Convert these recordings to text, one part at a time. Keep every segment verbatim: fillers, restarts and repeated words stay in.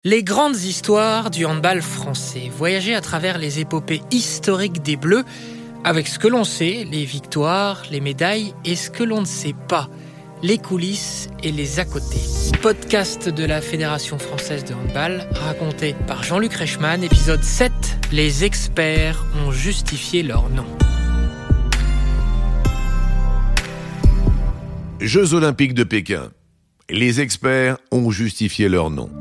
Les grandes histoires du handball français, voyager à travers les épopées historiques des Bleus, avec ce que l'on sait, les victoires, les médailles, et ce que l'on ne sait pas, les coulisses et les à côté. Podcast de la Fédération française de handball, raconté par Jean-Luc Reichmann, épisode sept, les experts ont justifié leur nom. Jeux Olympiques de Pékin. Les experts ont justifié leur nom.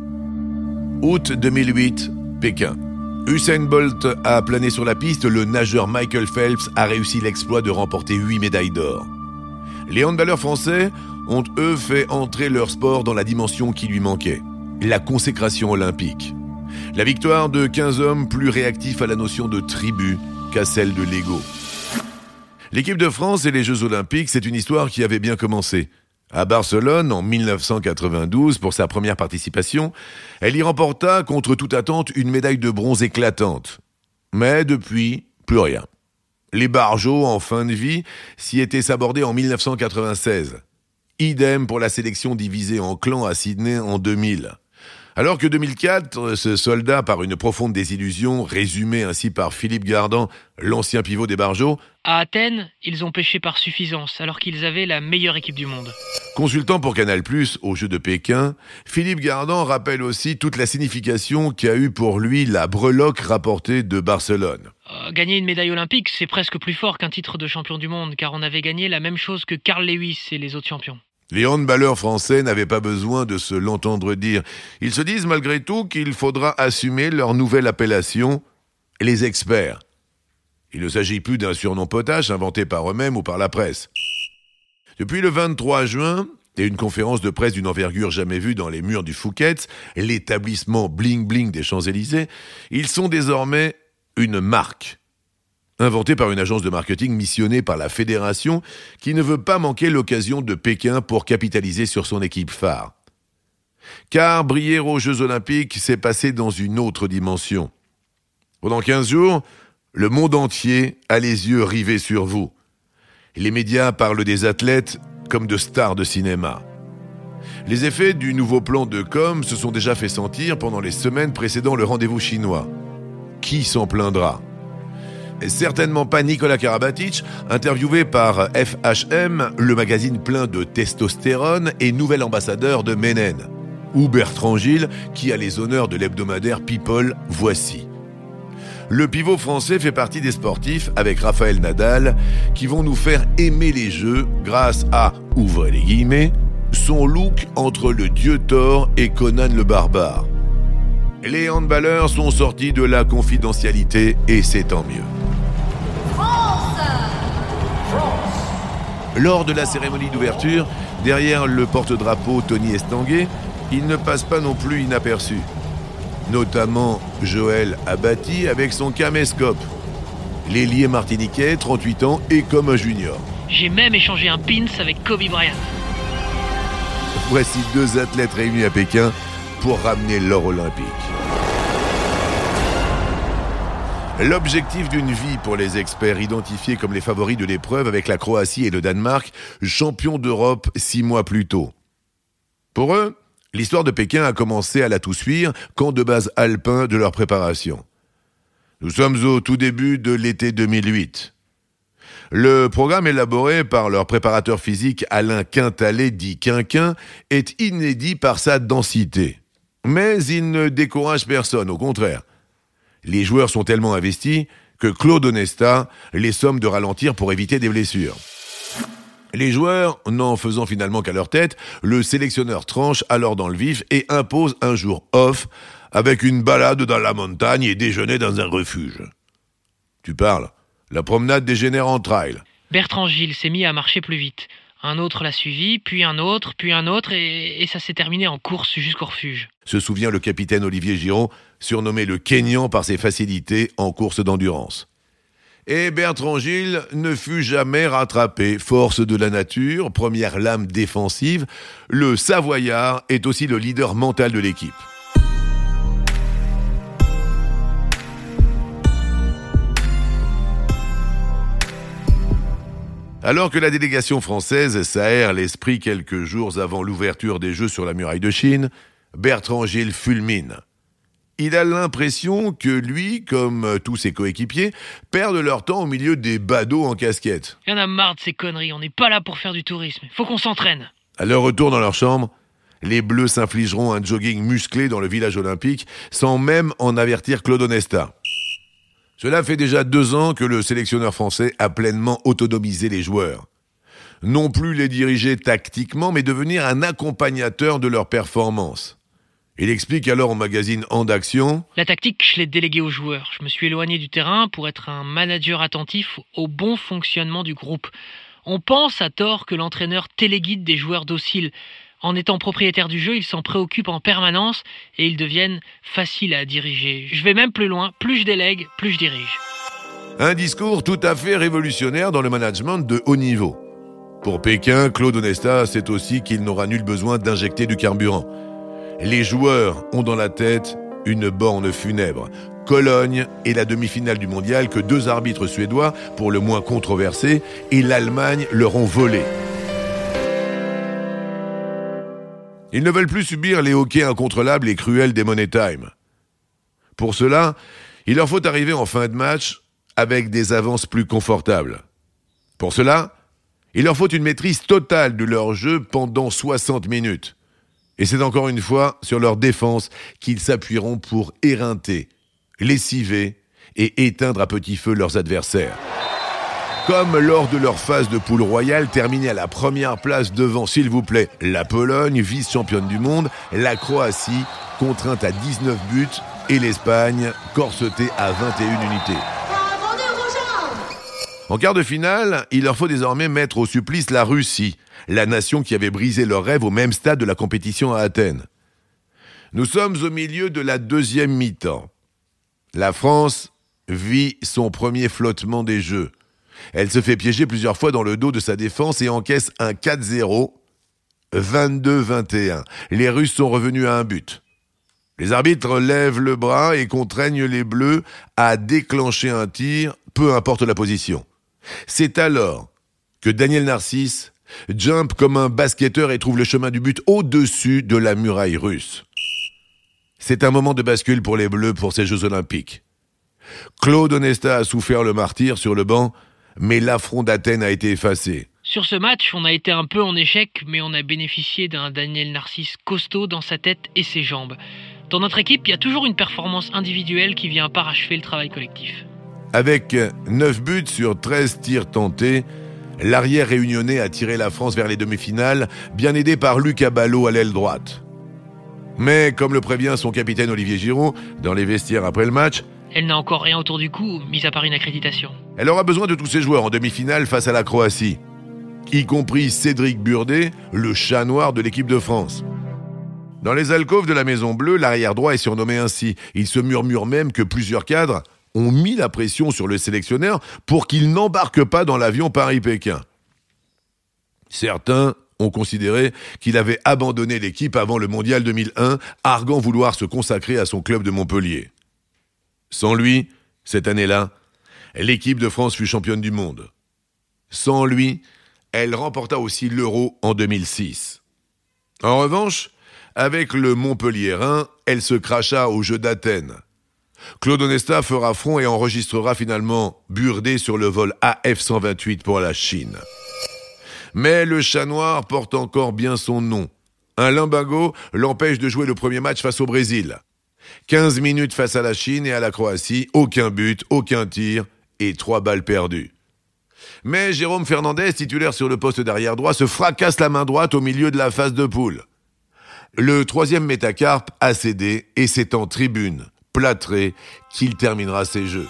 Août deux mille huit, Pékin. Usain Bolt a plané sur la piste, le nageur Michael Phelps a réussi l'exploit de remporter huit médailles d'or. Les handballeurs français ont, eux, fait entrer leur sport dans la dimension qui lui manquait, la consécration olympique. La victoire de quinze hommes plus réactifs à la notion de tribu qu'à celle de l'ego. L'équipe de France et les Jeux Olympiques, c'est une histoire qui avait bien commencé. À Barcelone, en dix-neuf cent quatre-vingt-douze, pour sa première participation, elle y remporta, contre toute attente, une médaille de bronze éclatante. Mais depuis, plus rien. Les Barjots, en fin de vie, s'y étaient sabordés en dix-neuf cent quatre-vingt-seize. Idem pour la sélection divisée en clans à Sydney en deux mille. Alors que deux mille quatre, ce soldat par une profonde désillusion, résumé ainsi par Philippe Gardan, l'ancien pivot des Barjots, À Athènes, ils ont pêché par suffisance, alors qu'ils avaient la meilleure équipe du monde. Consultant pour Canal plus, aux Jeux de Pékin, Philippe Gardan rappelle aussi toute la signification qu'a eu pour lui la breloque rapportée de Barcelone. Euh, gagner une médaille olympique, c'est presque plus fort qu'un titre de champion du monde, car on avait gagné la même chose que Carl Lewis et les autres champions. Les handballeurs français n'avaient pas besoin de se l'entendre dire. Ils se disent malgré tout qu'il faudra assumer leur nouvelle appellation, les experts. Il ne s'agit plus d'un surnom potache inventé par eux-mêmes ou par la presse. Depuis le vingt-trois juin, et une conférence de presse d'une envergure jamais vue dans les murs du Fouquet's, l'établissement bling-bling des Champs-Élysées, ils sont désormais une marque. Inventée par une agence de marketing missionnée par la fédération qui ne veut pas manquer l'occasion de Pékin pour capitaliser sur son équipe phare. Car briller aux Jeux Olympiques s'est passé dans une autre dimension. Pendant quinze jours, le monde entier a les yeux rivés sur vous. Les médias parlent des athlètes comme de stars de cinéma. Les effets du nouveau plan de com se sont déjà fait sentir pendant les semaines précédant le rendez-vous chinois. Qui s'en plaindra ? Certainement pas Nicolas Karabatic, interviewé par F H M, le magazine plein de testostérone et nouvel ambassadeur de Ménène. Ou Bertrand Gilles, qui a les honneurs de l'hebdomadaire People Voici. Le pivot français fait partie des sportifs, avec Raphaël Nadal, qui vont nous faire aimer les Jeux grâce à, ouvrez les guillemets, son look entre le dieu Thor et Conan le barbare. Les handballeurs sont sortis de la confidentialité et c'est tant mieux. Lors de la cérémonie d'ouverture, derrière le porte-drapeau Tony Estanguet, il ne passe pas non plus inaperçu. Notamment Joël Abati avec son caméscope. L'ailier martiniquais, trente-huit ans, et comme un junior. J'ai même échangé un pins avec Kobe Bryant. Voici deux athlètes réunis à Pékin pour ramener l'or olympique. L'objectif d'une vie pour les experts identifiés comme les favoris de l'épreuve avec la Croatie et le Danemark, champions d'Europe six mois plus tôt. Pour eux, l'histoire de Pékin a commencé à la Toussuire, camp de base alpin de leur préparation. Nous sommes au tout début de l'été deux mille huit. Le programme élaboré par leur préparateur physique Alain Quintalet, dit Quinquin, est inédit par sa densité. Mais il ne décourage personne, au contraire. Les joueurs sont tellement investis que Claude Onesta les somme de ralentir pour éviter des blessures. Les joueurs, n'en faisant finalement qu'à leur tête, le sélectionneur tranche alors dans le vif et impose un jour off avec une balade dans la montagne et déjeuner dans un refuge. Tu parles, la promenade dégénère en trail. Bertrand Gilles s'est mis à marcher plus vite. Un autre l'a suivi, puis un autre, puis un autre, et, et ça s'est terminé en course jusqu'au refuge. Se souvient le capitaine Olivier Giron, surnommé le Kényan par ses facilités en course d'endurance. Et Bertrand Gilles ne fut jamais rattrapé. Force de la nature, première lame défensive, le Savoyard est aussi le leader mental de l'équipe. Alors que la délégation française s'aère l'esprit quelques jours avant l'ouverture des Jeux sur la muraille de Chine, Bertrand Gilles fulmine. il a l'impression que lui, comme tous ses coéquipiers, perdent leur temps au milieu des badauds en casquette. Il y en a marre de ces conneries, on n'est pas là pour faire du tourisme, faut qu'on s'entraîne. À leur retour dans leur chambre, les Bleus s'infligeront un jogging musclé dans le village olympique, sans même en avertir Claude Onesta. Cela fait déjà deux ans que le sélectionneur français a pleinement autonomisé les joueurs. Non plus les diriger tactiquement, mais devenir un accompagnateur de leurs performances. Il explique alors au magazine Hand Action: La tactique, je l'ai déléguée aux joueurs. Je me suis éloigné du terrain pour être un manager attentif au bon fonctionnement du groupe. On pense à tort que l'entraîneur téléguide des joueurs dociles. En étant propriétaire du jeu, ils s'en préoccupent en permanence et ils deviennent faciles à diriger. Je vais même plus loin, plus je délègue, plus je dirige. Un discours tout à fait révolutionnaire dans le management de haut niveau. Pour Pékin, Claude Onesta sait aussi qu'il n'aura nul besoin d'injecter du carburant. Les joueurs ont dans la tête une borne funèbre. Cologne et la demi-finale du mondial que deux arbitres suédois, pour le moins controversés, et l'Allemagne leur ont volé. Ils ne veulent plus subir les hoquets incontrôlables et cruels des Money Time. Pour cela, il leur faut arriver en fin de match avec des avances plus confortables. Pour cela, il leur faut une maîtrise totale de leur jeu pendant soixante minutes. Et c'est encore une fois sur leur défense qu'ils s'appuieront pour éreinter, lessiver et éteindre à petit feu leurs adversaires. Comme lors de leur phase de poule royale, terminée à la première place devant, s'il vous plaît, la Pologne, vice-championne du monde, la Croatie, contrainte à dix-neuf buts, et l'Espagne, corsetée à vingt et une unités. En quart de finale, il leur faut désormais mettre au supplice la Russie, la nation qui avait brisé leur rêve au même stade de la compétition à Athènes. Nous sommes au milieu de la deuxième mi-temps. La France vit son premier flottement des Jeux. Elle se fait piéger plusieurs fois dans le dos de sa défense et encaisse un quatre zéro, vingt-deux vingt et un. Les Russes sont revenus à un but. Les arbitres lèvent le bras et contraignent les Bleus à déclencher un tir, peu importe la position. C'est alors que Daniel Narcisse jump comme un basketteur et trouve le chemin du but au-dessus de la muraille russe. C'est un moment de bascule pour les Bleus pour ces Jeux Olympiques. Claude Onesta a souffert le martyre sur le banc, mais l'affront d'Athènes a été effacé. Sur ce match, on a été un peu en échec, mais on a bénéficié d'un Daniel Narcisse costaud dans sa tête et ses jambes. Dans notre équipe, il y a toujours une performance individuelle qui vient parachever le travail collectif. Avec neuf buts sur treize tirs tentés, l'arrière réunionnais a tiré la France vers les demi-finales, bien aidé par Lucas Ballot à l'aile droite. Mais, comme le prévient son capitaine Olivier Giroud, dans les vestiaires après le match, elle n'a encore rien autour du cou, mis à part une accréditation. Elle aura besoin de tous ses joueurs en demi-finale face à la Croatie, y compris Cédric Burdet, le chat noir de l'équipe de France. Dans les alcôves de la Maison Bleue, l'arrière droit est surnommé ainsi. Il se murmure même que plusieurs cadres ont mis la pression sur le sélectionneur pour qu'il n'embarque pas dans l'avion Paris-Pékin. Certains ont considéré qu'il avait abandonné l'équipe avant le mondial deux mille un, arguant vouloir se consacrer à son club de Montpellier. Sans lui, cette année-là, l'équipe de France fut championne du monde. Sans lui, elle remporta aussi l'Euro en deux mille six. En revanche, avec le Montpelliérain, elle se cracha aux Jeux d'Athènes. Claude Onesta fera front et enregistrera finalement Burdet sur le vol A F cent vingt-huit pour la Chine. Mais le chat noir porte encore bien son nom. Un lumbago l'empêche de jouer le premier match face au Brésil. quinze minutes face à la Chine et à la Croatie, aucun but, aucun tir et trois balles perdues. Mais Jérôme Fernandez, titulaire sur le poste d'arrière droit, se fracasse la main droite au milieu de la phase de poule. Le troisième métacarpe a cédé et c'est en tribune, plâtré, qu'il terminera ses Jeux.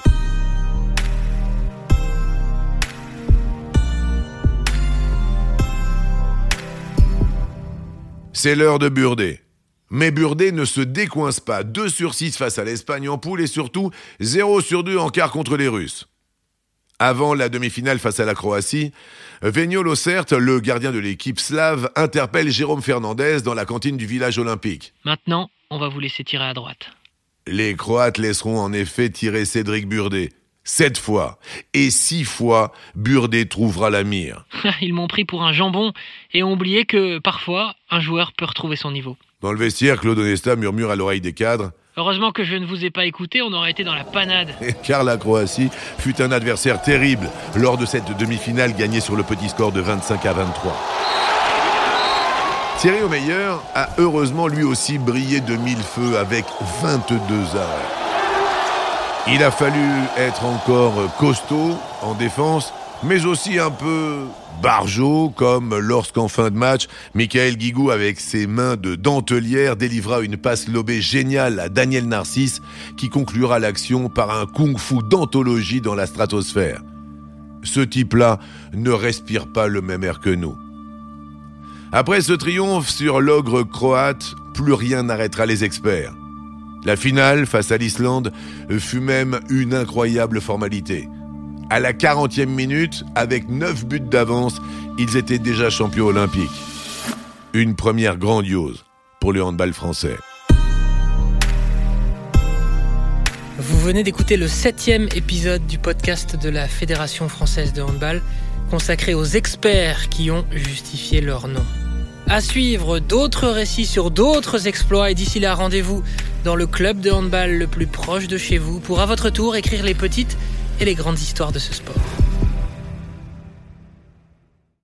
C'est l'heure de Burdet. Mais Burdet ne se décoince pas. deux sur six face à l'Espagne en poule et surtout zéro sur deux en quart contre les Russes. Avant la demi-finale face à la Croatie, Véniol Ossert, le gardien de l'équipe slave, interpelle Jérôme Fernandez dans la cantine du village olympique. Maintenant, on va vous laisser tirer à droite. Les Croates laisseront en effet tirer Cédric Burdet. Sept fois. Et six fois, Burdet trouvera la mire. Ils m'ont pris pour un jambon et ont oublié que, parfois, un joueur peut retrouver son niveau. Dans le vestiaire, Claude Onesta murmure à l'oreille des cadres Heureusement que je ne vous ai pas écouté, on aurait été dans la panade. Car la Croatie fut un adversaire terrible lors de cette demi-finale gagnée sur le petit score de vingt-cinq à vingt-trois. Thierry Omeyer a heureusement lui aussi brillé de mille feux avec vingt-deux arrêts. Il a fallu être encore costaud en défense, mais aussi un peu barjot, comme lorsqu'en fin de match, Michael Guigou, avec ses mains de dentelière, délivra une passe lobée géniale à Daniel Narcisse, qui conclura l'action par un kung-fu d'anthologie dans la stratosphère. Ce type-là ne respire pas le même air que nous. Après ce triomphe sur l'ogre croate, plus rien n'arrêtera les experts. La finale, face à l'Islande, fut même une incroyable formalité. À la quarantième minute, avec neuf buts d'avance, ils étaient déjà champions olympiques. Une première grandiose pour le handball français. Vous venez d'écouter le septième épisode du podcast de la Fédération française de handball, consacré aux experts qui ont justifié leur nom. À suivre, d'autres récits sur d'autres exploits, et d'ici là, rendez-vous dans le club de handball le plus proche de chez vous pour à votre tour écrire les petites et les grandes histoires de ce sport.